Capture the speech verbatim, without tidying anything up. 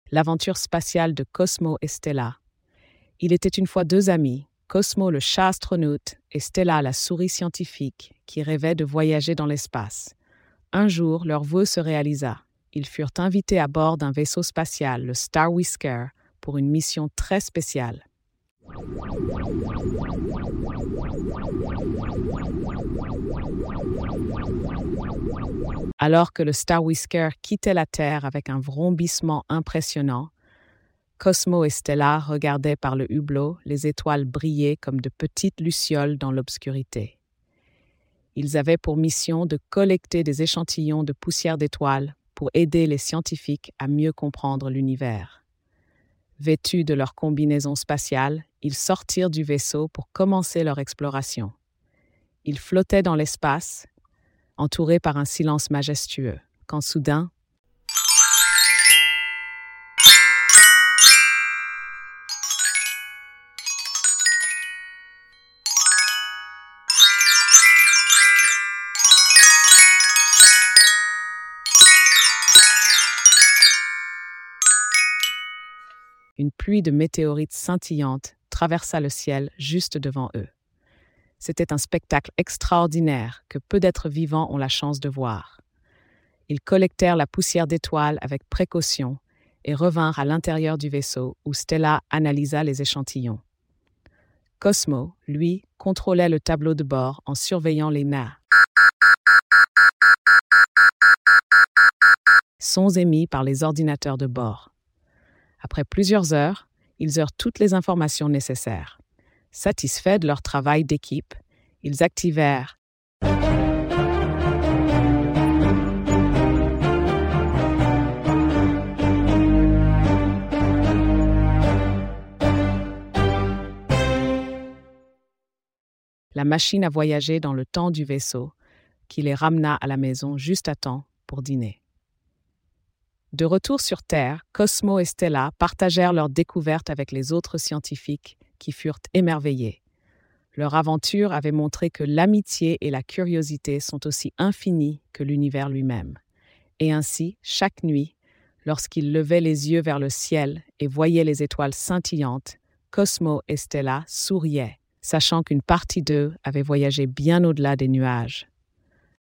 l'aventure spatiale de Cosmo et Stella. Il était une fois deux amis, Cosmo le chat astronaute et Stella la souris scientifique, qui rêvaient de voyager dans l'espace. Un jour, leur vœu se réalisa. Ils furent invités à bord d'un vaisseau spatial, le Star Whisker, pour une mission très spéciale. Alors que le Star Whisker quittait la Terre avec un vrombissement impressionnant, Cosmo et Stella regardaient par le hublot les étoiles briller comme de petites lucioles dans l'obscurité. Ils avaient pour mission de collecter des échantillons de poussière d'étoiles pour aider les scientifiques à mieux comprendre l'univers. Vêtus de leur combinaison spatiale, ils sortirent du vaisseau pour commencer leur exploration. Ils flottaient dans l'espace, entourés par un silence majestueux, quand soudain, une pluie de météorites scintillantes traversa le ciel juste devant eux. C'était un spectacle extraordinaire que peu d'êtres vivants ont la chance de voir. Ils collectèrent la poussière d'étoiles avec précaution et revinrent à l'intérieur du vaisseau où Stella analysa les échantillons. Cosmo, lui, contrôlait le tableau de bord en surveillant les nains. Sons émis par les ordinateurs de bord. Après plusieurs heures, ils eurent toutes les informations nécessaires. Satisfaits de leur travail d'équipe, ils activèrent la machine à voyager dans le temps du vaisseau, qui les ramena à la maison juste à temps pour dîner. De retour sur Terre, Cosmo et Stella partagèrent leurs découvertes avec les autres scientifiques qui furent émerveillés. Leur aventure avait montré que l'amitié et la curiosité sont aussi infinies que l'univers lui-même. Et ainsi, chaque nuit, lorsqu'ils levaient les yeux vers le ciel et voyaient les étoiles scintillantes, Cosmo et Stella souriaient, sachant qu'une partie d'eux avait voyagé bien au-delà des nuages.